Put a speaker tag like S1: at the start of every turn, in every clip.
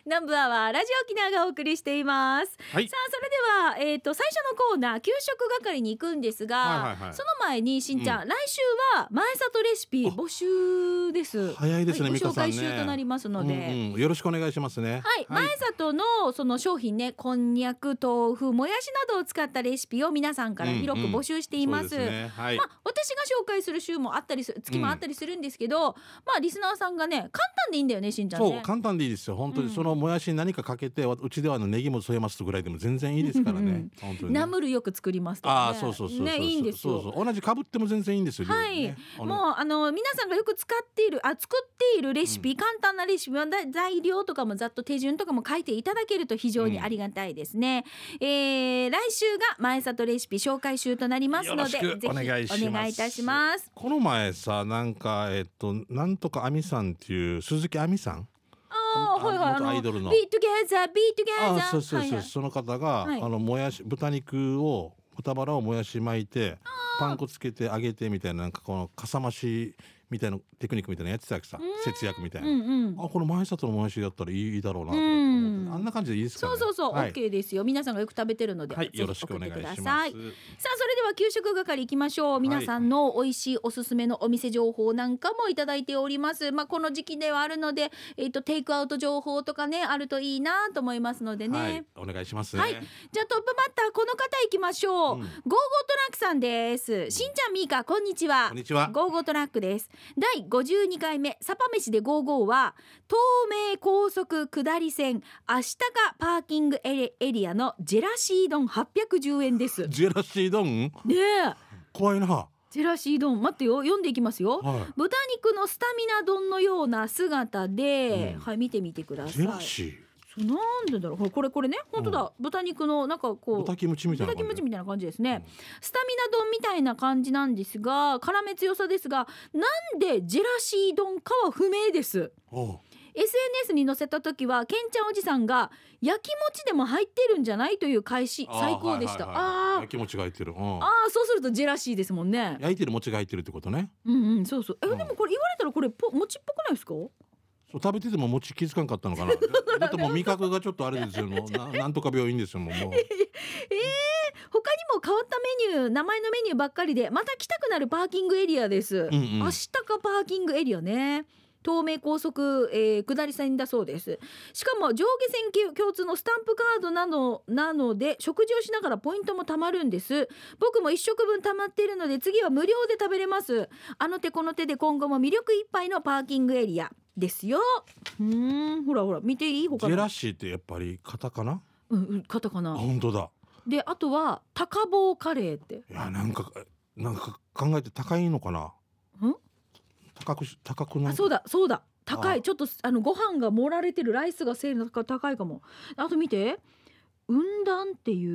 S1: 南部アワーラジオ沖縄がお送りしています、
S2: はい、
S1: さあそれでは、最初のコーナー給食係に行くんですが、その前にしんちゃん、来週は前里レシピ募集です。
S2: 早いですね、
S1: ご紹
S2: 美香さんね。
S1: 介週となりますので、
S2: よろしくお願いしますね。
S1: はい、前里のその商品ね、こんにゃく、豆腐、もやしなどを使ったレシピを皆さんから広く募集しています。私が紹介する週もあったりする、月もあったりするんですけど、まあリスナーさんがね、簡単でいいんだよね、しんちゃんね。
S2: そう、簡単でいいですよ。本当にそのもやしに何かかけて、うちではネギも添えますぐらいでも全然いいですからね。本当にね、
S1: ナムルよく作りますとかね。
S2: そう
S1: ね、いいんですよ。
S2: 同じかぶっても全然いいんですよ。
S1: はい、もう皆さんがよく作っているレシピ、簡単なレシピは材料とかもざっと手順とかも書いていただけると非常にありがたいですね。来週が前里レシピ紹介週となりますので、ぜひお願いいたします。
S2: この前さ、なんかなんとかあみさんっていう鈴木あみさん、アイドルの
S1: ビートゲーザー、
S2: そう、その方が、もやし豚バラをもやし巻いてパン粉つけて揚げてみたいな、なんかこのかさ増しみたいなテクニックみたいなやってたわけさ、節約みたいな、この前里のもやしだったらいいだろうなと思って、あんな感じでいいですかね。
S1: そう、OK ですよ。皆さんがよく食べてるので、
S2: よろしくお願いします。
S1: さあ、それでは給食係行きましょう。皆さんの美味しいおすすめのお店情報なんかもいただいております。この時期ではあるので、テイクアウト情報とかね、あるといいなと思いますのでね、
S2: お願いします。
S1: じゃあトップバッターこの方行きましょう。ゴーゴートラックさんです。しんちゃん、みーか、こんにちは。ゴーゴートラックです。第52回目サパ飯で55は東名高速下り線明日かパーキングエリアのジェラシー丼810円です。
S2: ジェラシー丼ねえ、怖いな。
S1: ジェラシー丼、待ってよ、読んでいきますよ、豚肉のスタミナ丼のような姿で、見てみてください。
S2: ジェラシー、
S1: なんでだろう、これね、本当だ、豚肉のなんかこう
S2: 豚キムチみたいな感じですね、
S1: スタミナ丼みたいな感じなんですが、辛め強さですが、なんでジェラシー丼かは不明です。SNS に載せた時はケンちゃんおじさんが焼き餅でも入ってるんじゃないという返し、最高でした。
S2: 焼き餅が入ってる、
S1: そうするとジェラシーですもんね。
S2: 焼いてる餅が入ってるってことね。
S1: そう、でもこれ言われたらこれ餅っぽくないですか？
S2: 食べてても餅気づかんかったのかなだってもう味覚がちょっとあれですよなんとか病院ですよもう他にも
S1: 変わった名前のメニューばっかりで、また来たくなるパーキングエリアです。明日かパーキングエリアね、東名高速、下り線だそうです。しかも上下線共通のスタンプカードなので食事をしながらポイントも貯まるんです。僕も1食分貯まっているので次は無料で食べれます。あの手この手で今後も魅力いっぱいのパーキングエリアですよ。ほら見ていい？他の
S2: ジェラシーってやっぱりカタカナ？
S1: カタカナ。
S2: 本当だ。
S1: であとは高棒カレーって、
S2: いやなんか考えて高いのかな。高くない？そうだ
S1: 高い。ちょっとご飯が盛られてるライスがセールだから高いかも。あと見て、雲丹っていう、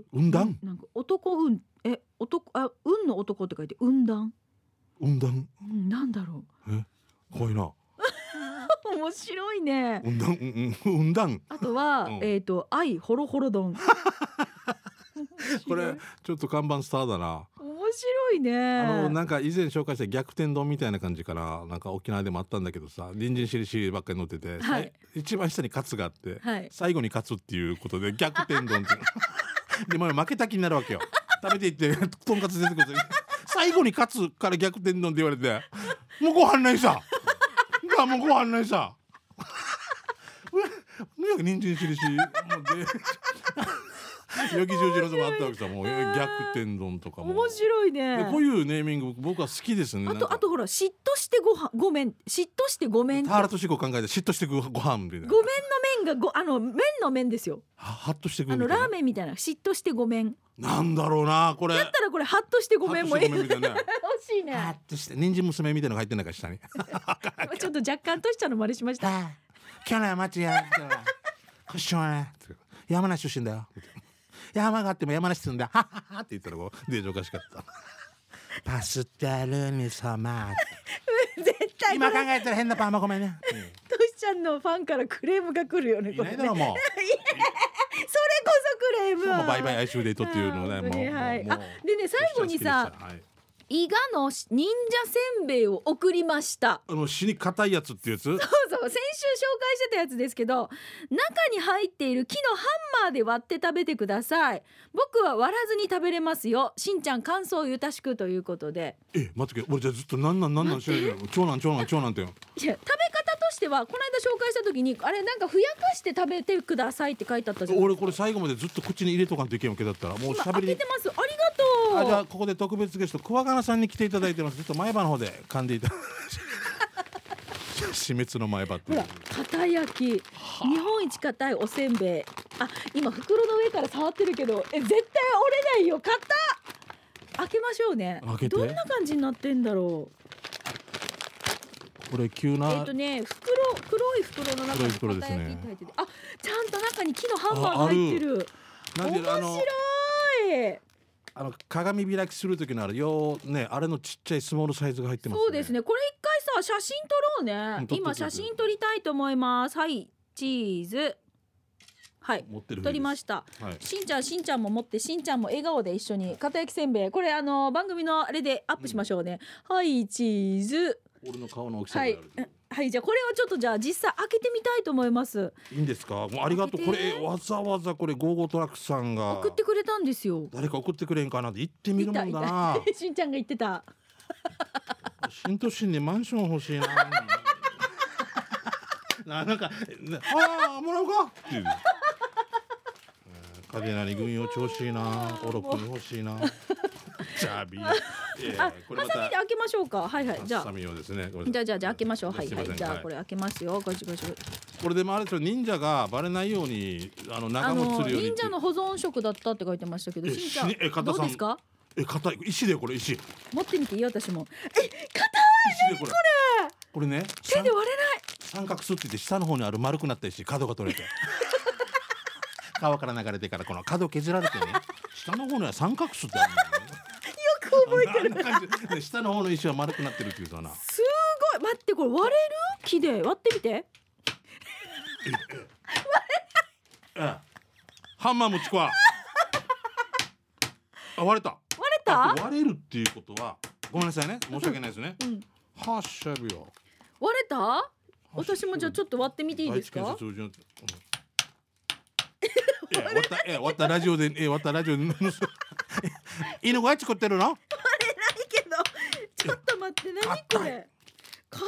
S2: 雲丹
S1: なんか運の男って書いて雲丹。なんだろ
S2: う。怖いな。
S1: 面白いね。
S2: 雲丹。
S1: あとは愛ホロホロ丼。
S2: これちょっと看板スターだな。
S1: 面白いね。
S2: なんか以前紹介した逆転丼みたいな感じかな。なんか沖縄でもあったんだけどさ、人参しりしりばっかり乗ってて、一番下にカツがあって、最後にカツっていうことで逆転丼ってでも負けた気になるわけよ。食べていってとんかつ出てくる最後にカツから逆転丼って言われて、もうご飯ないさもうご飯ないさ人参しりしりよき十字のともあったわけさ、もう逆転丼とかも
S1: 面白いね。
S2: こういうネーミング僕は好きですね。
S1: あとほら、嫉妬してごめん、嫉妬してごめん、
S2: ターラとしこ考えて嫉妬してご飯みたいな、
S1: ごめんの麺が麺の麺ですよ。
S2: ハッとしてごめん、
S1: ラーメンみたいな、嫉妬してごめん
S2: なんだろうなこれ。だ
S1: ったらこれハッとしてごめんもいい。惜しいね。
S2: ハッとして人参娘みたいなの入ってないか下に
S1: ちょっと若干としたの真似しました。
S2: 今日の町やクッションね山梨出身だよ山があっても山梨住んだはははって言ったらこうデージおかしかったパステルにさま
S1: 絶対
S2: 今考えたら変なパーマごめんね。
S1: トシちゃんのファンからクレームが来るよね。
S2: いないだろうもう
S1: それこそクレームは
S2: バイバイ哀愁デートっていうのね。もう
S1: でね、最後にさ、 伊賀の忍者せんべいを送りました。
S2: 死に硬いやつってやつ。そう
S1: 先週紹介してたやつですけど、中に入っている木のハンマーで割って食べてください。僕は割らずに食べれますよ。しんちゃん感想ゆたしくということで。
S2: 待ってけ、俺じゃあずっとなんなんしないけど、長男ってよ。
S1: いや、食べ方としてはこの間紹介した時にあれなんかふやかして食べてくださいって書いてあったじゃん。
S2: 俺これ最後までずっと口に入れとかんといけんわけだったら、もう喋りに
S1: 開けてます。ありがとう。
S2: じゃあここで特別ゲスト桑名さんに来ていただいてます。ちょっと前歯の方で噛んでいた死滅の前歯って
S1: ほら硬焼き、日本一硬いおせんべい。今袋の上から触ってるけど絶対折れないよ。硬っ。開けましょうね。
S2: 開けて。
S1: どんな感じになってんだろう。
S2: これ急な
S1: 黒い袋の中に硬焼きって入ってて、ちゃんと中に木のハンマーが入ってる。面白い。
S2: 鏡開きする時のあれのちっちゃいスモールサイズが入ってますね。
S1: そうですね。これ一回さ写真撮ろうね。今写真撮りたいと思います。はい、チーズ。はい、撮りました。しんちゃんも持って、しんちゃんも笑顔で一緒に片焼きせんべい。これ番組のあれでアップしましょうね。はい、チーズ。
S2: 俺の顔の大きさがある。
S1: はい、じゃあこれをちょっとじゃあ実際開けてみたいと思います。
S2: いいんですか。もうありがとう。これわざわざこれゴーゴートラックさんが
S1: 送ってくれたんですよ。
S2: 誰か送ってくれんかなって言ってみるもんだな。
S1: しんちゃんが言ってた。
S2: 新都心にマンション欲しいな。なんかもらおうかっていう。嘉手納に組を調子いいな。オロップに欲しいな。じゃあ
S1: これまたハサミで開けましょうか。はいはい。じゃあ
S2: ハサミをですね。
S1: じゃあ開けましょう。はいはい。じゃあこれ開けますよ。ガチガチ。
S2: これでもあれですよ、忍者がバレないように長持ちするように。
S1: 忍者の保存食だったって書いてましたけど、しんちゃんどうですか。
S2: 硬い石でこれ石。
S1: 持ってみていい。私も。硬い。
S2: 石でこれ。これね。
S1: 手で割れない。
S2: 三角すって言って下の方にある丸くなった石、角が取れて。川から流れてからこの角削られてね、下の方には三角すってあるんだよね。
S1: よく覚えてる。
S2: 下の方の石は丸くなってるっていうかな。
S1: すごい。待って、これ割れる木で割ってみて。
S2: ハンマー持ちこわ。割れた。割れるっていうことはごめんなさいね、申し訳ないですね。はっしゃるよ。
S1: 割れた。私もじゃあちょっと割ってみていいですか。
S2: 割ったラジオで犬があっちこってるの。割
S1: れないけど。ちょっと待って、何これ。買った。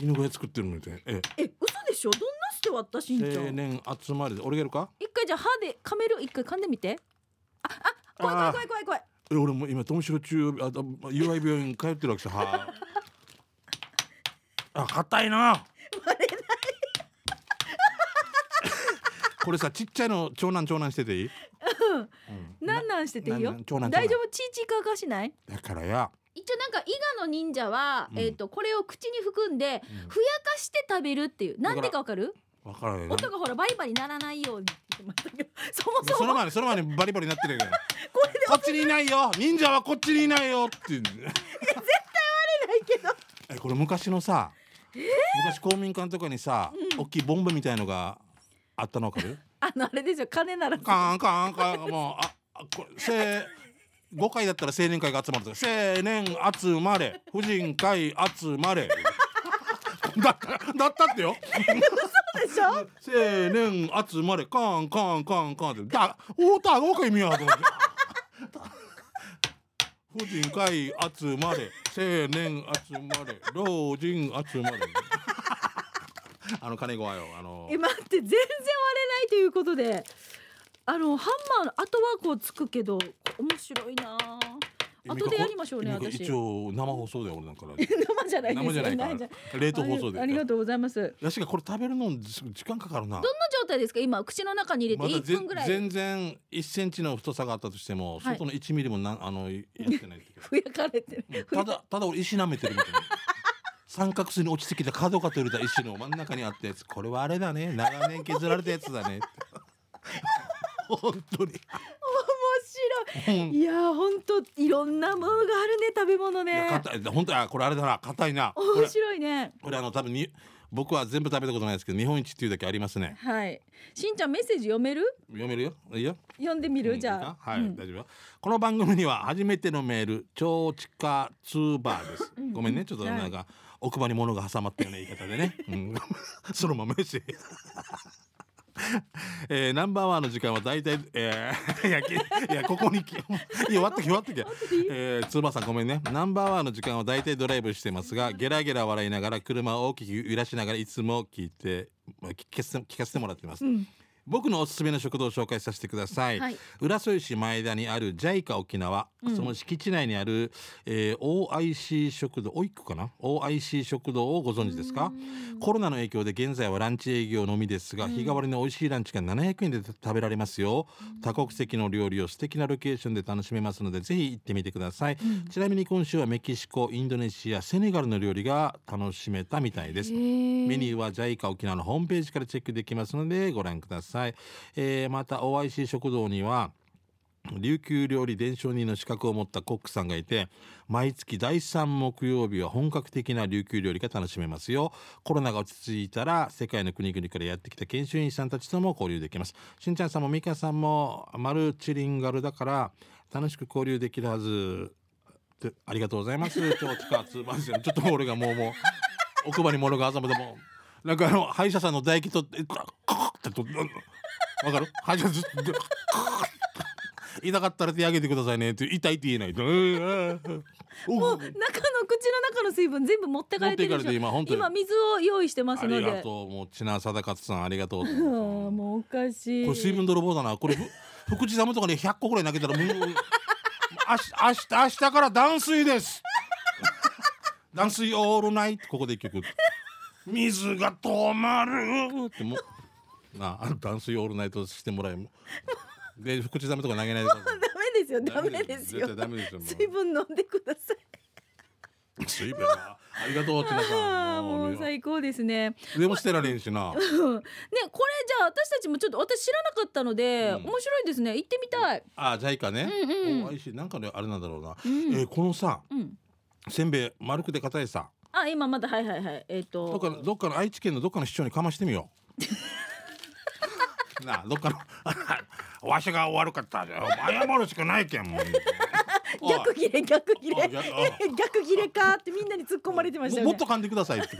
S2: 犬が作ってるので。
S1: 嘘でしょ。どんなして割った。しんちゃん。
S2: 青年集まりで俺がやるか。
S1: 一回じゃあ歯で噛める。一回噛んでみて。怖い。
S2: 俺も今富城中友愛病院通ってるわけさ。硬いな。
S1: 割れない。
S2: これさ、ちっちゃいの長男してていい？
S1: なんしてていいよ。
S2: 大
S1: 丈夫。チーチーかかしない？
S2: だからや。
S1: 一応なんか伊賀の忍者はこれを口に含んでふやかして食べるっていう。なんでかわかる？
S2: わからない。
S1: 音がほらバリバリならないように。そも
S2: その前にバリバリなってるけど。こっちにいないよ。忍者はこっちにいないよっていう。絶対割れ
S1: ないけど。
S2: これ昔のさ、昔公民館とかにさ、大きいボンベみたいのがあったのわかる？
S1: あれですよ、鐘鳴らす。
S2: カンもうこれ5回だったら青年会が集まるんですよ。青年集まれ、婦人会集まれ。だったってよ。
S1: 嘘でしょ。
S2: 青年集まれ、カンって大きい意味やと思って。婦人会集まれ、青年集まれ、老人集まれ。金子はよ、
S1: 待って、全然割れないということで、ハンマーの後はこうつくけど面白いな。後でやりましょうね。私
S2: 一応生放送で俺なんか
S1: 生じゃないですよ。
S2: 生じゃないから冷凍放送で。
S1: ありがとうございます。
S2: やしがこれ食べるの時間かかるな。
S1: どんな状態ですか今。口の中に入れて1分ぐらい。
S2: 全然1センチの太さがあったとしても、外の1ミリもやってない。
S1: ふやかれてる。
S2: ただ俺石舐めてるみたいな。三角錐に落ちてきた角が取れた石の真ん中にあったやつ、これはあれだね、長年削られたやつだね。本当に
S1: 面白い。いや本当いろんなものがあるね、食べ物ね。
S2: 本当これあれだな、硬いな。
S1: 面白いね。
S2: これ多分に僕は全部食べたことないですけど日本一っていうだけありますね。
S1: はい。しんちゃんメッセージ読める？
S2: 読めるよ。いいよ。
S1: 読んでみる、じゃ
S2: あ。はい、大丈夫よ。この番組には初めてのメール超地下ツーバーです。ごめんね、ちょっとなんか、奥歯に物が挟まったような言い方でね。そのままですナンバーワンの時間はだいたいいやここに終わってきつばさんごめんね。ナンバーワンの時間はだいたいドライブしてますがゲラゲラ笑いながら車を大きく揺らしながらいつも聞かせてもらってます、僕のおすすめの食堂を紹介させてください、浦添市前田にある JICA 沖縄、その敷地内にある、OIC 食堂OIC 食堂をご存知ですか？コロナの影響で現在はランチ営業のみですが、日替わりの美味しいランチが700円で食べられますよ、多国籍の料理を素敵なロケーションで楽しめますのでぜひ行ってみてください、ちなみに今週はメキシコ、インドネシア、セネガルの料理が楽しめたみたいです。メニューは JICA 沖縄のホームページからチェックできますのでご覧ください。また OIC 食堂には琉球料理伝承人の資格を持ったコックさんがいて、毎月第3木曜日は本格的な琉球料理が楽しめますよ。コロナが落ち着いたら世界の国々からやってきた研修員さんたちとも交流できます。しんちゃんさんもみかさんもマルチリンガルだから楽しく交流できるはずってありがとうございます。ちょっと俺がもう奥歯に物が挟むでもなんか歯医者さんの唾液とってわかる？歯医者ずっと痛かったら手あげてくださいねって痛いって言えないともう
S1: 口の中の水分全部持ってかれてるでしょ。今水を用意してますので。
S2: ありがとう。もう千奈貞勝さんありがとう。
S1: もうおかしい。
S2: これ水分泥棒だな。これ福地寒とかに100個ぐらい投げたらもう明日から断水です断水オールナイト。ここで一曲水が止まるっても断水オールナイトしてもらえもで福地ダメとか投げないでください。
S1: ダメですよダメですよ。水分飲んでください。
S2: 水分ありがとう。千奈さん
S1: もう最高ですね。
S2: でも捨てられんしなね。これじ
S1: ゃあ私たちもちょっと私知らなかったので、面白いですね。行ってみたい。
S2: ジャイカね。おいしい。なんかねあれなんだろうな、このさ、せんべい丸くて硬いさ
S1: 今まだはい
S2: どっかの愛知県のどっかの市長にかましてみようなあどっかのわしが悪かった謝るしかないけんもう
S1: 逆ギレ逆ギレかってみんなに突っ込まれてましたよね。
S2: もっと噛んでくださいって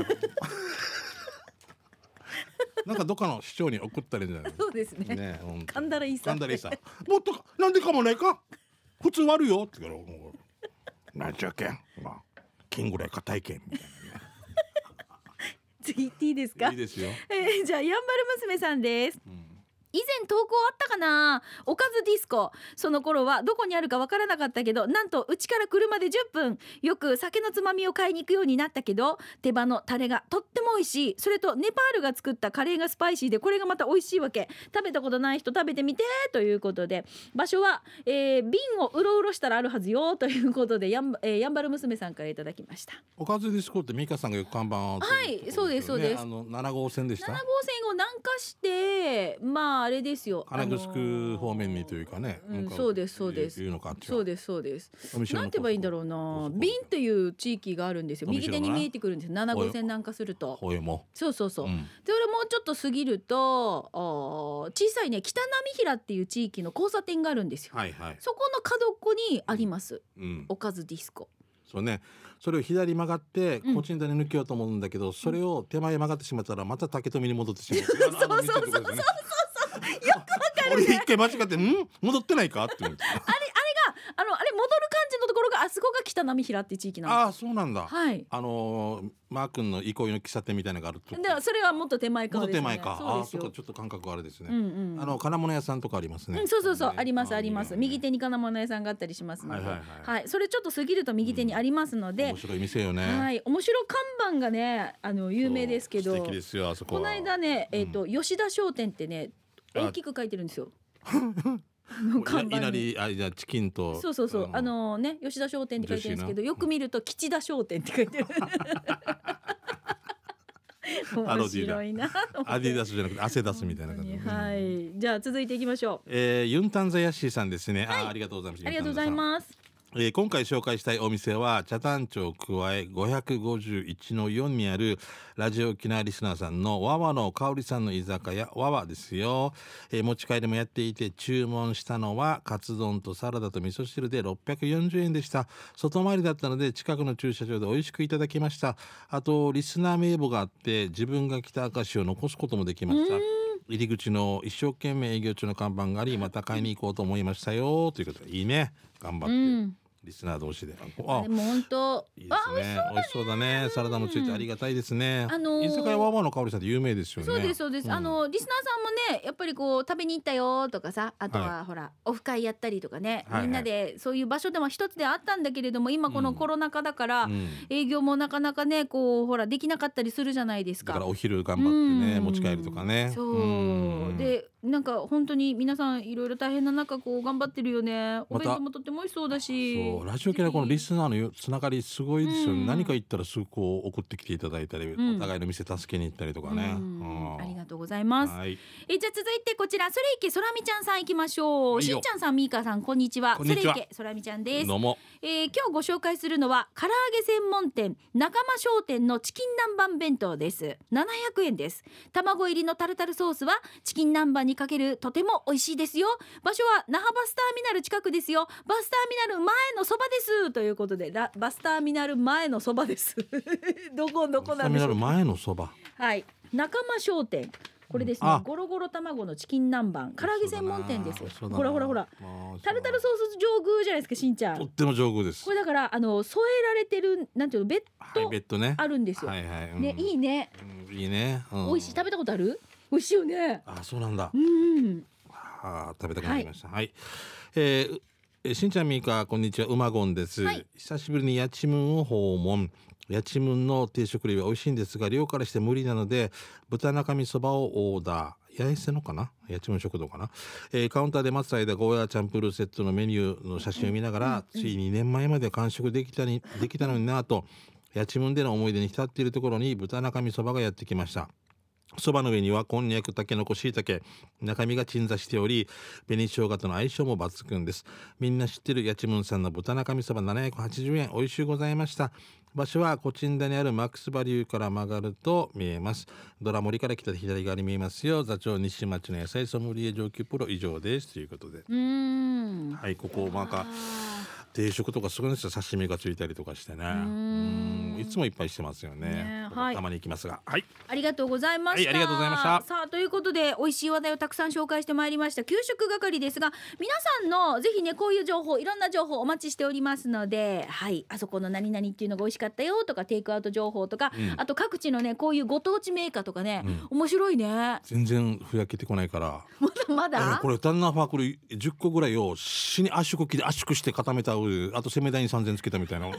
S2: なんかどっかの市長に送ったらいいんじゃない？
S1: そうですね。噛んだらいいさ。
S2: もっとなんでかもないか普通悪いよって言うからなんちゃけん金ぐらい硬いけんみたいなね
S1: 次行っていいですか？
S2: いいですよ。
S1: じゃあやんばる娘さんです、以前投稿あったかな。おかずディスコ、その頃はどこにあるかわからなかったけど、なんとうちから車で10分、よく酒のつまみを買いに行くようになったけど、手羽のタレがとっても美味しい。それとネパールが作ったカレーがスパイシーで、これがまた美味しいわけ。食べたことない人食べてみてということで、場所は、瓶をうろうろしたらあるはずよということでやんばる娘さんからいただきました。
S2: おかずディスコってミカさんがよく看板を、
S1: はいそうですそうです。
S2: 7号線でした。7号
S1: 線を南下してあれですよ。
S2: 花城方面にというかね。
S1: そうですそうです。そうですそうです。なんて言えばいいんだろうな。瓶っていう地域があるんですよ。右手に見えてくるんです。7号線南下すると。そう。で俺もうちょっと過ぎると小さいね北浪平っていう地域の交差点があるんですよ。そこの角っこにあります。おかずディスコ。
S2: そうね。それを左曲がってこっちに抜けようと思うんだけど、それを手前曲がってしまったらまた竹富に戻ってしまう。そうよくわかるね。俺一回間違って戻ってないかって言うんですよ。
S1: あれ戻る感じのところがあそこが北浪平って地域なんです。
S2: そうなんだ。
S1: はい。
S2: マー君の憩いの喫茶店みたいなのがあると。
S1: でそれはもっと手前からですね。
S2: もっと手前か。そっかちょっと感覚があれですね。金物屋さんとかありますね。
S1: そうありますあります。右手に金物屋さんがあったりしますので、はい。それちょっと過ぎると右手にありますので。
S2: 面白い店よね。
S1: はい。面白看板がね有名ですけど。
S2: 素敵ですよあそこ。
S1: この間ね吉田商店ってね大きく書いてるんですよ。
S2: いなりじゃチキンと
S1: そう吉田商店って書いてるんですけど、よく見ると吉田商店って書いてる。面白いな。
S2: アディダスじゃなくて汗出すみたいな感じ。
S1: はい。じゃあ続いていきましょう。
S2: ユンタンザヤッシーさんですね。ありがとうございます。
S1: ありがとうございます。
S2: 今回紹介したいお店は北谷町加え 551-4 にあるラジオ沖縄リスナーさんのわわの香りさんの居酒屋わわですよ。持ち帰りもやっていて、注文したのはカツ丼とサラダと味噌汁で640円でした。外回りだったので近くの駐車場で美味しくいただきました。あとリスナー名簿があって自分が来た証を残すこともできました。入り口の一生懸命営業中の看板があり、また買いに行こうと思いましたよということで、いいね、頑張って、リスナー同士で。
S1: でも本当
S2: いいですね。美味しそうだね。サラダもついてありがたいですね。居酒屋わわの香りさんって有名ですよね。
S1: そうですそうです。リスナーさんもね、やっぱりこう食べに行ったよとかさ、あとはほらオフ会やったりとかね、みんなでそういう場所でも一つであったんだけれども、今このコロナ禍だから営業もなかなかね、こうほらできなかったりするじゃないですか。
S2: だからお昼頑張ってね、持ち帰るとかね。
S1: そうで、なんか本当に皆さんいろいろ大変な中こう頑張ってるよね。お弁当もとっても美味しそうだし。
S2: ラジオ系のこのリスナーのつながりすごいですよね。何か言ったらすぐこう送ってきていただいたり、お互いの店助けに行ったりとかね。
S1: ありがとうございます。じゃあ続いてこちら、それいけそらみちゃんさん行きましょう。しんちゃんさん、みーかさん、こんにちは。それいけそらみちゃんです。
S2: どうも。
S1: 今日ご紹介するのは唐揚げ専門店仲間商店のチキン南蛮弁当です。700円です。卵入りのタルタルソースはチキン南蛮にかけるとても美味しいですよ。場所は那覇バスターミナル近くですよ。バスターミナル前のそばですということで、バスターミナル前のそばですどこなんでしょうか。バスターミナル
S2: 前のそば、
S1: はい、仲間商店、これですね、ゴロゴロ卵のチキン南蛮唐揚げ専門店です。ほらほらほら、タルタルソース上宮じゃないですか、しんちゃん。
S2: とっても上宮です。
S1: これだから添えられてるなんていうの、ベッドね、あるんですよ。ね、いいね、
S2: いいね。
S1: 美味しい。食べたことある？美味しいよね。
S2: あ、そうなんだ。食べたくなりました。はい。しんちゃん、みーか、こんにちは。うまごんです。久しぶりにやちむんを訪問。やちむんの定食類は美味しいんですが、量からして無理なので豚中身そばをオーダー。八重瀬のかな、やちむん食堂かな。カウンターで待つ間、ゴーヤーチャンプルーセットのメニューの写真を見ながら、つい2年前まで完食できたのになと、やちむんでの思い出に浸っているところに豚中身そばがやってきました。そばの上にはこんにゃく、たけのこ、しいたけ、中身が鎮座しており、紅生姜との相性も抜群です。みんな知ってるやちむんさんの豚中身そば780円、美味しゅうございました。場所はコチンダにあるマックスバリューから曲がると見えます。ドラ森から来た左側に見えますよ。座長西町の野菜ソムリエ上級プロ以上ですということで、はい、ここなんか定食とかすごいんですよ。刺身がついたりとかしてね。いつもいっぱいしてますよね。たまに行きますが、はい、ありがとうございました。ありがとうございました。さあ、ということで美味しい話題をたくさん紹介してまいりました給食係ですが、皆さんのぜひね、こういう情報、いろんな情報お待ちしておりますので、はい、あそこの何々っていうのが美味しかったよとか、テイクアウト情報とか、あと各地のね、こういうご当地メーカーとかね、面白いね。全然ふやけてこないからまだこれタンナーファークル10個ぐらいを死に圧縮機で圧縮して固めた上、あと攻め台に3000つけたみたいな面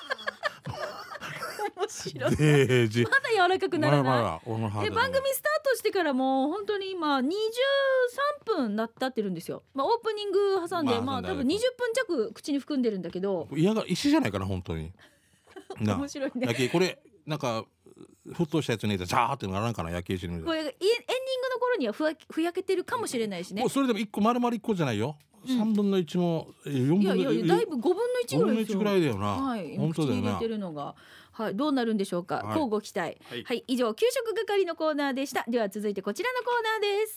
S2: 白いまだ柔らかくならない。番組スタートしてからもう本当に今23分なってるんですよ。オープニング挟んで、多分20分弱口に含んでるんだけど、嫌が石じゃないかな本当に面白いね。これなんか沸騰したやつに入れてザーってならんかな、焼き石に。これエンディングの頃にはふやけてるかもしれないしね。それでも1個丸々1個じゃないよ。3分の1も4分の1、いやだいぶ5分の1ぐらいですよ。5分の1ぐらいだよな。はい、本当だよな。口に入れてるのが、はい、どうなるんでしょうか。乞うご期待。はい、以上給食係のコーナーでした。では続いてこちらのコーナーです。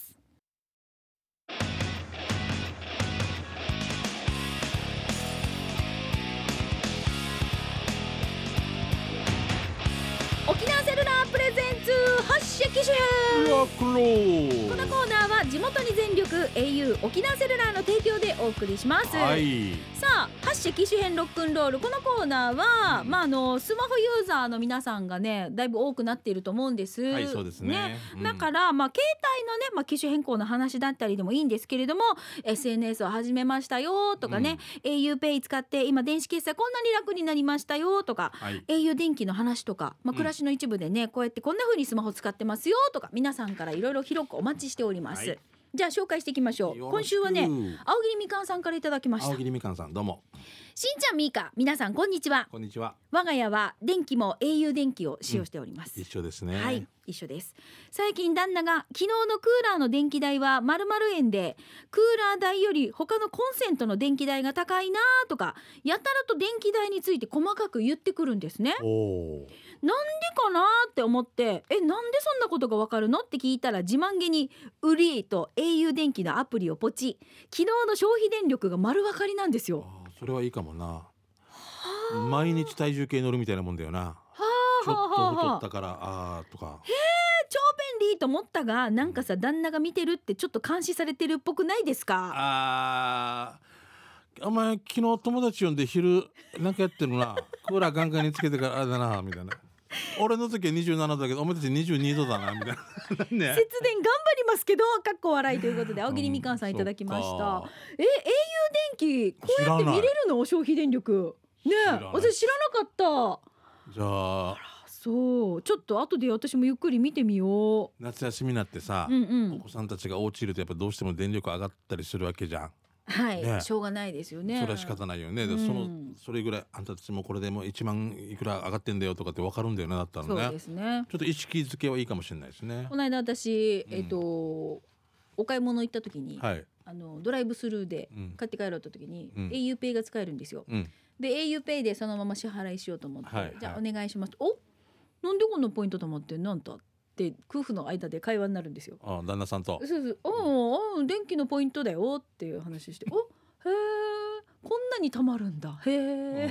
S2: 沖縄セルラープレゼンツ発射機種編。このコーナーは地元に全力 au 沖縄セルラーの提供でお送りします。はい、さあ、発射機種編ロックンロール、このコーナーは、スマホユーザーの皆さんがね、だいぶ多くなっていると思うんです。はい、そうですね。だから、携帯のね、機種変更の話だったりでもいいんですけれども、 SNS を始めましたよとかね、auPay 使って今電子決済こんなに楽になりましたよとか、au 電気の話とか、暮らしの一部でね、こうやってこんな風にスマホ使ってますよとか、皆さんからいろいろ広くお待ちしております。
S1: じゃあ紹介していきましょう。今週はね、青桐みかんさんからいただきました。
S2: 青桐みかんさん、どうも。
S1: しんちゃん、みーか、皆さんこんにちは。
S2: こんにちは。
S1: 我が家は電気も au 電気を使用しております、
S2: 一緒ですね。
S1: はい、一緒です。最近旦那が昨日のクーラーの電気代は〇〇円で、クーラー代より他のコンセントの電気代が高いなとか、やたらと電気代について細かく言ってくるんですね。なんでかなって思って、なんでそんなことがわかるのって聞いたら、自慢げにウリーと au 電気のアプリをポチ、昨日の消費電力が丸分かりなんですよ。
S2: それはいいかもな。毎日体重計乗るみたいなもんだよな。ちょっと太ったからとか。
S1: 超便利と思ったが、なんかさ、旦那が見てるってちょっと監視されてるっぽくないですか？
S2: お前昨日友達呼んで昼なんかやってるな。クーラーガンガンにつけてからあれだなみたいな。俺の時は27度だけどお前たち22度だなみたいな、ね、
S1: 節電頑張りますけどかっこ笑いということで、青桐みかんさんいただきました。au 電気こうやって見れるの？消費電力ね。私知らなかった。
S2: じゃあ
S1: そうちょっと後で私もゆっくり見てみよう。
S2: 夏休みになってさ、お子さんたちがお家いるとやっぱどうしても電力上がったりするわけじゃん。
S1: はい、ね、しょうがないですよね。
S2: それは仕方ないよね。それぐらいあんたたちもこれでも1万いくら上がってんだよとかって分かるんだよね。だったらね。
S1: そうですね。
S2: ちょっと意識づけはいいかもしれないですね。
S1: この間私、お買い物行った時に、はい、ドライブスルーで帰って帰ろうと時に、au ペイが使えるんですよ。で au ペイでそのまま支払いしようと思って、じゃあお願いします。なんでこんなポイント貯まってんのあんたって夫婦の間で会話になるんですよ。
S2: 旦那さんと。
S1: そう電気のポイントだよっていう話して、へえこんなに貯まるんだへえ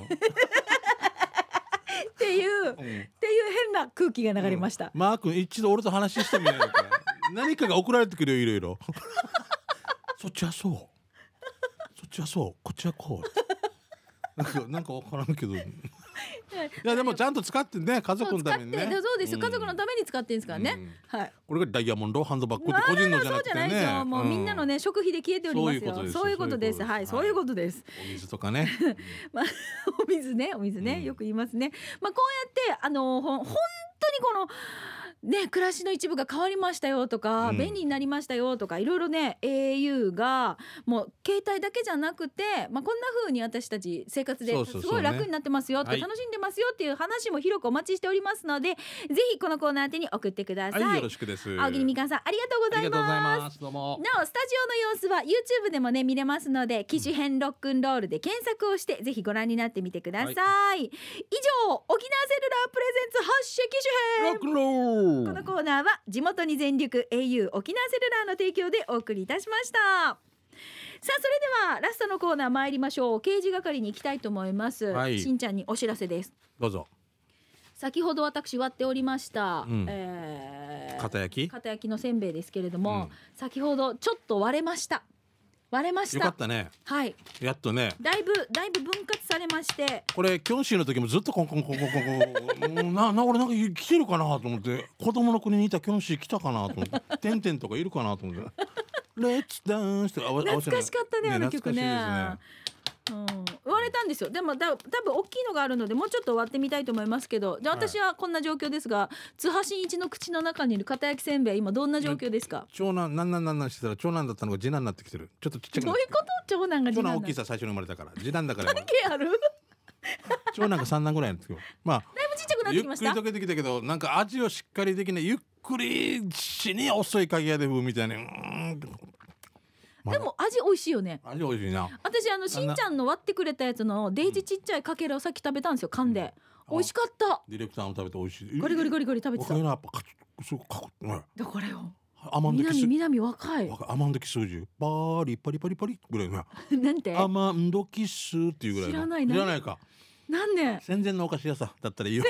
S1: っていう変な空気が流れました。
S2: マー君一度俺と話してみないか何かが送られてくるよいろいろそっちはそうそっちはそうこっちはこうなんか分からんけどいやでもちゃんと使ってね、家族のためにね。
S1: そうです、家族のために使ってるんですからね、はい。
S2: これがダイヤモンドハンドバッグって個人のじゃなくてね、
S1: もうみんなのね食費で消えておりますよ。そういうことです。はい、そういうことです。
S2: お水とかね
S1: お水ねよく言いますね。こうやって本当にこのね、暮らしの一部が変わりましたよとか、便利になりましたよとかいろいろね au がもう携帯だけじゃなくて、こんな風に私たち生活ですごい楽になってますよとか、楽しんでますよっていう話も広くお待ちしておりますので、ぜひこのコーナー宛てに送ってください。
S2: よろしくです。
S1: 青桐みかんさんありがとうございます。
S2: どうも。
S1: なおスタジオの様子は YouTube でもね見れますので、機種編ロックンロールで検索をしてぜひご覧になってみてください。以上沖縄セルラープレゼンツ発射機種編
S2: ロックンロール。
S1: このコーナーは地元に全力 au 沖縄セルラーの提供でお送りいたしました。さあそれではラストのコーナー参りましょう。刑事係に行きたいと思います、しんちゃんにお知らせです。
S2: どうぞ。先
S1: ほど私割っておりました、
S2: 片焼
S1: きのせんべいですけれども、先ほどちょっと割れました。よ
S2: かったね。
S1: はい。
S2: やっとね。
S1: だいぶ分割されまして。
S2: これキョンシーの時もずっとコンコン俺なんか来てるかなと思って、子供の国にいたキョンシー来たかなと思って、てんてんとかいるかなと思って。レッツダンスって
S1: 懐かしかったね、あの曲ね。割れたんですよ。でも多分大きいのがあるのでもうちょっと割ってみたいと思いますけど、じゃあ私はこんな状況ですが、津波真一の口の中にいる片焼きせんべい今どんな状況ですか？
S2: 長男なんしてたら長男だったのが次男になってきてる。ちょっとちっちゃくなって。
S1: どういうこと？長男が次男。
S2: 大きいさ最初に生まれたから次男だから
S1: 関係ある？
S2: 長男が3男ぐらいなんですけど、
S1: だいぶちっちゃくなってきました。
S2: ゆっくり溶けてきたけど、なんか味をしっかりできない、ゆっくりしに遅い鍵屋で風みたいな。
S1: でも味美味しいよね。
S2: 味美味しいな。
S1: 私しんちゃんの割ってくれたやつのデイジちっちゃいかけらをさっき食べたんですよ、噛んで。美味しかった。
S2: ディレクターも食べて美味しい。
S1: ゴリゴリ食べてた。
S2: やっぱすごくかっ
S1: だからよ。
S2: 南
S1: 若い。
S2: アマンドキスージパリパリぐらいな。
S1: なんて？
S2: アマンドキスっていうぐらい。
S1: 知らない
S2: か。
S1: なんで？
S2: 戦前のお菓子屋さんだったらいいよ。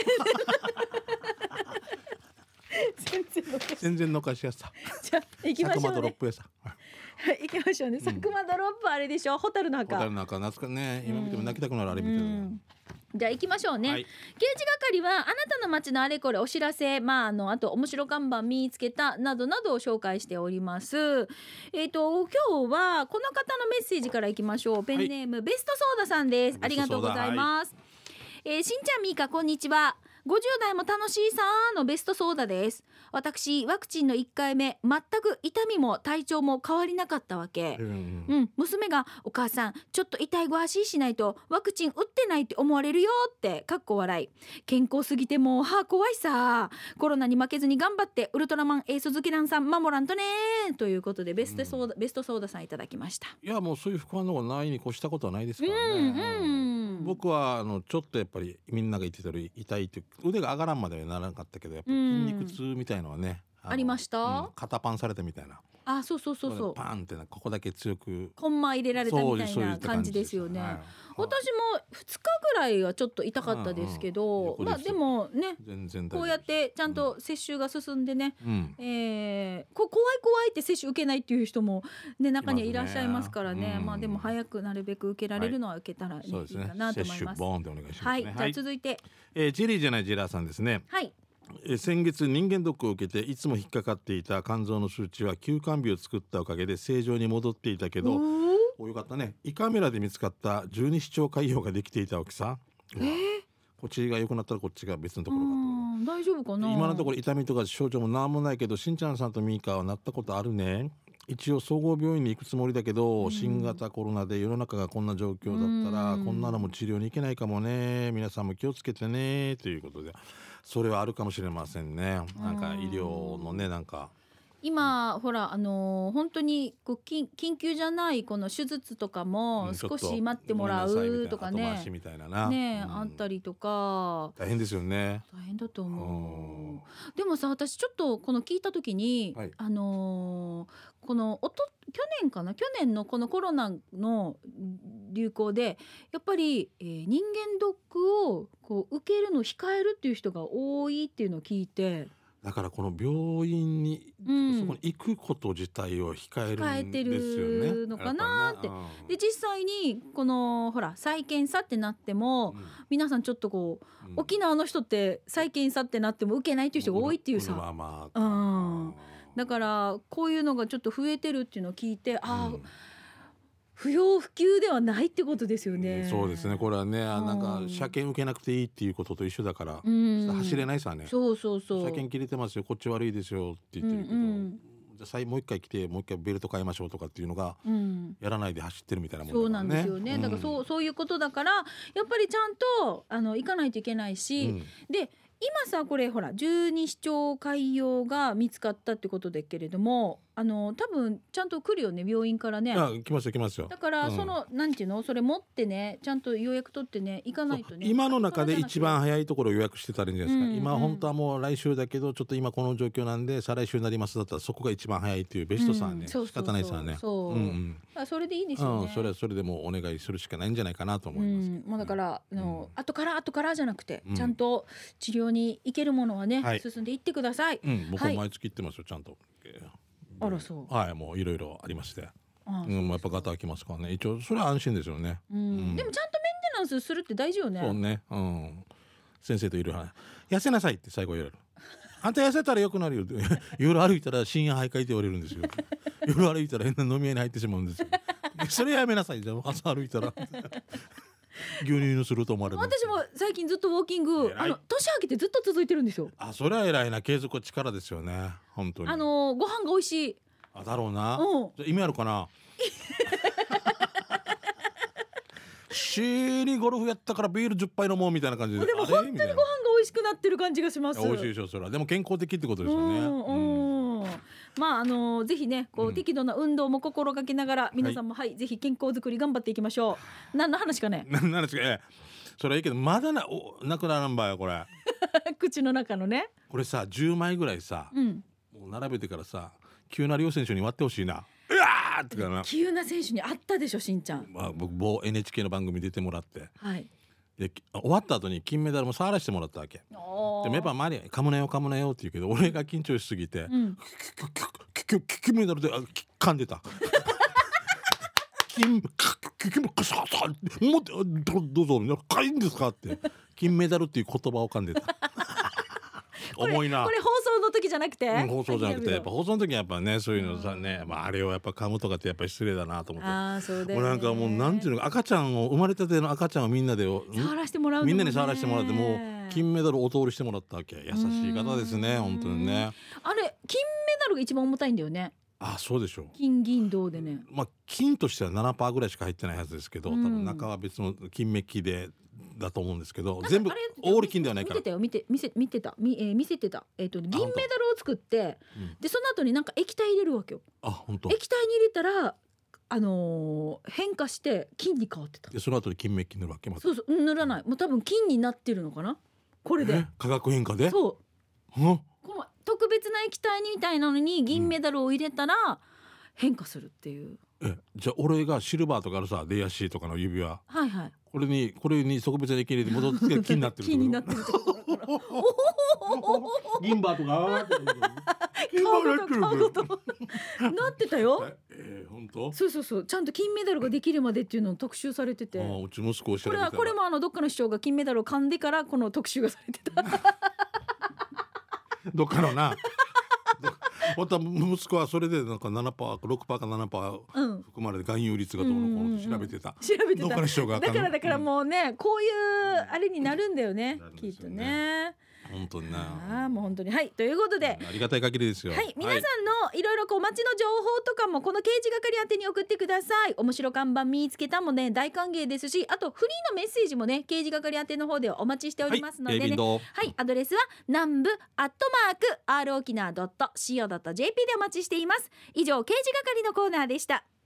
S2: 戦前のお菓子屋さん。
S1: じゃあ行きましょうね。
S2: 佐久間ドロップ屋さん。
S1: 行きましょうね。佐久間ドロップあれでしょ、ホタルの墓。
S2: 懐かね、今見ても泣きたくなるあれ見てる。
S1: じゃあ行きましょうね、刑事係はあなたの街のあれこれお知らせ、あと面白看板見つけたなどなどを紹介しております。今日はこの方のメッセージからいきましょう。ペンネーム、ベストソーダさんです。ありがとうございます。しんちゃんみーかこんにちは。 代も楽しいさーのベストソーダです。私ワクチンの1回目全く痛みも体調も変わりなかったわけ、娘がお母さんちょっと痛いご足しないとワクチン打ってないって思われるよってかっこ笑い。健康すぎてもう怖いさ。コロナに負けずに頑張ってウルトラマンエースズキランさん守らんとねということでベストソーダさんいただきました。
S2: いやもうそういう不安のがないに越したことはないですからね、僕はちょっとやっぱりみんなが言ってたより痛いって腕が上がらんまではならなかったけどやっぱり筋肉痛みたいのはね
S1: ありました、
S2: 肩パンされたみたいな。
S1: そう
S2: パンってここだけ強く
S1: コンマ入れられたみたいな感じですよね。私も2日ぐらいはちょっと痛かったですけど、でもねこうやってちゃんと接種が進んでね、怖いって接種受けないっていう人もね中にはいらっしゃいますからね、でも早くなるべく受けられるのは受けたら、いいかなと思います。接種ボーンでお願いしますね。じゃあ続いて、
S2: ジェリーじゃないジェラーさんですね。先月人間ドックを受けていつも引っかかっていた肝臓の数値は休肝日を作ったおかげで正常に戻っていたけど、よかったね、胃カメラで見つかった十二指腸潰瘍ができていたわけさ。こっちが良くなったらこっちが別のところかと。
S1: 大丈夫かな。
S2: 今のところ痛みとか症状も何もないけど、しんちゃんさんとミーカーはなったことあるね。一応総合病院に行くつもりだけど、新型コロナで世の中がこんな状況だったらこんなのも治療に行けないかもね。皆さんも気をつけてねということで、それはあるかもしれませんね。なんか医療のね、なんか
S1: 今ほら本当に緊急じゃないこの手術とかも少し待ってもらうとかね、あったりとか
S2: 大変ですよね。
S1: 大変だと思う。でもさ、私ちょっとこの聞いた時に、この去年のこのコロナの流行でやっぱり、人間ドックを受けるのを控えるっていう人が多いっていうのを聞いて、
S2: だからこの病院に、そこに行くこと自体を控えるんですよね。
S1: 控えてるのかなって、で実際にこのほら再検査ってなっても、皆さんちょっと沖縄の人って再検査ってなっても受けないっていう人が多いっていうさ、だからこういうのがちょっと増えてるっていうのを聞いて、不要不急ではないってことですよね。
S2: そうですね。これはね、なんか車検受けなくていいっていうことと一緒だから、走れないさね。車検切れてますよ、こっち悪いですよって言ってるけど、じゃあもう一回来てもう一回ベルト変えましょうとかっていうのが、やらないで走ってるみたいなもんだからね。そうなんですよね。だからそういうことだからやっぱりちゃんと行かないといけないし、で今さこれほら十二指腸潰瘍が見つかったってことだけれども、多分ちゃんと来るよね、病院からね。 来ますよ。
S1: だから、なんていうの、それ持ってね、ちゃんと予約取ってね、行かないとね。
S2: 今の中で一番早いところを予約してたらいいんじゃないですか。今本当はもう来週だけどちょっと今この状況なんで再来週になりますだったらそこが一番早いっていうベストさんね、仕方ないさね。それでいいですよね。それでもお願いするしかないんじゃないかなと思います。
S1: だから後からじゃなくて、ちゃんと治療に行けるものはね、進んでいってください。
S2: 僕は毎月行ってますよ、ちゃんと。
S1: あらそう。
S2: もういろいろありまして、やっぱガタ開きますからね。一応それは安心ですよね。
S1: でもちゃんとメンテナンスするって大事よね。
S2: そうね。先生といる話、痩せなさいって最後言われる。あんた痩せたらよくなるよって夜歩いたら深夜徘徊って言われるんですよ。夜歩いたら変な飲み屋に入ってしまうんですよ。それやめなさい。じゃあ朝歩いたら牛乳のすると思われる。
S1: 私も最近ずっとウォーキング年明けてずっと続いてるんですよ。
S2: それは偉いな。継続は力ですよね、本当に。
S1: ご飯が美味しい。
S2: だろうな。じゃ意味あるかな。にゴルフやったからビール10杯飲もうみたいな感じで。
S1: でも本当にご飯が美味しくなってる感じがします。
S2: 美味しいでしょそれは。でも健康的ってことですよね。
S1: ぜひね適度な運動も心がけながら皆さんもぜひ健康づくり頑張っていきましょう。何の話かね。
S2: それはいいけどまだなくならんばよこれ。
S1: 口の中のね。
S2: これさ10枚ぐらいさ、もう並べてからさ急な両選手に割ってほしいな。ってかな。
S1: 急な選手にあったでしょしんちゃん。
S2: 僕某 NHK の番組出てもらって、で終わった後に金メダルも触らせてもらったわけ。でもやっぱ周り噛むなよって言うけど俺が緊張しすぎて、金メダルで噛んでた。金どうぞかいんですかって金メダルっていう言葉を噛んでた。 重いな。
S1: これ放送の時じゃなくて、
S2: 放送じゃなくてやっぱ放送の時はやっぱねそういうのさね、あれをやっぱ噛むとかってやっぱり失礼だなと思って。
S1: そうだよね。
S2: もうなんかもうなんていうの赤ちゃんを生まれたての赤ちゃんをみんなで
S1: 触らせてもらう、
S2: みんなに触らせてもらってもう金メダルお通りしてもらったわけ。優しい方ですね本当にね。
S1: あれ金メダルが一番重たいんだよね。
S2: そうでしょう。
S1: 金銀銅でね。
S2: 金としては 7% ぐらいしか入ってないはずですけど、多分中は別の金メッキでだと思うんですけど、全部オール金ではないから。
S1: 見せてた、銀メダルを作って、でその後になんか液体入れるわけよ。
S2: 本当。
S1: 液体に入れたら変化して金に変わってた。
S2: でその後に金メッキ塗るわけ。
S1: そう塗らない。もう多分金になってるのかなこれで。
S2: 化学変化で。
S1: そう。この特別な液体みたいなのに銀メダルを入れたら変化するっていう。
S2: じゃあ俺がシルバーとかのさレアシーとかの指輪、これに特別な液入れて戻って金になってる。
S1: 金になってるってことだから。
S2: 銀バーとか
S1: 顔ごとなってたよ。
S2: 本当？
S1: そうちゃんと金メダルができるまでっていうのを特集されてて。
S2: うち息子を調べたら
S1: これもどっかの市長が金メダルを噛んでからこの特集がされてた。
S2: どっかのな。息子はそれでなんか 7%、6% か 7% 含まれて含有率がどうのこうの調べてた。どっかの市長が
S1: だからもうねこういうあれになるんだよねきっとね。
S2: 本当にな。
S1: もう本当にということで
S2: ありがたい限りですよ。
S1: 皆さんのいろいろ街の情報とかもこの掲示係宛てに送ってください。面白看板見つけたもね大歓迎ですし、あとフリーのメッセージもね掲示係宛ての方でお待ちしておりますのでね。アドレスは南部@r沖縄.co.jp でお待ちしています。以上掲示係のコーナーでした。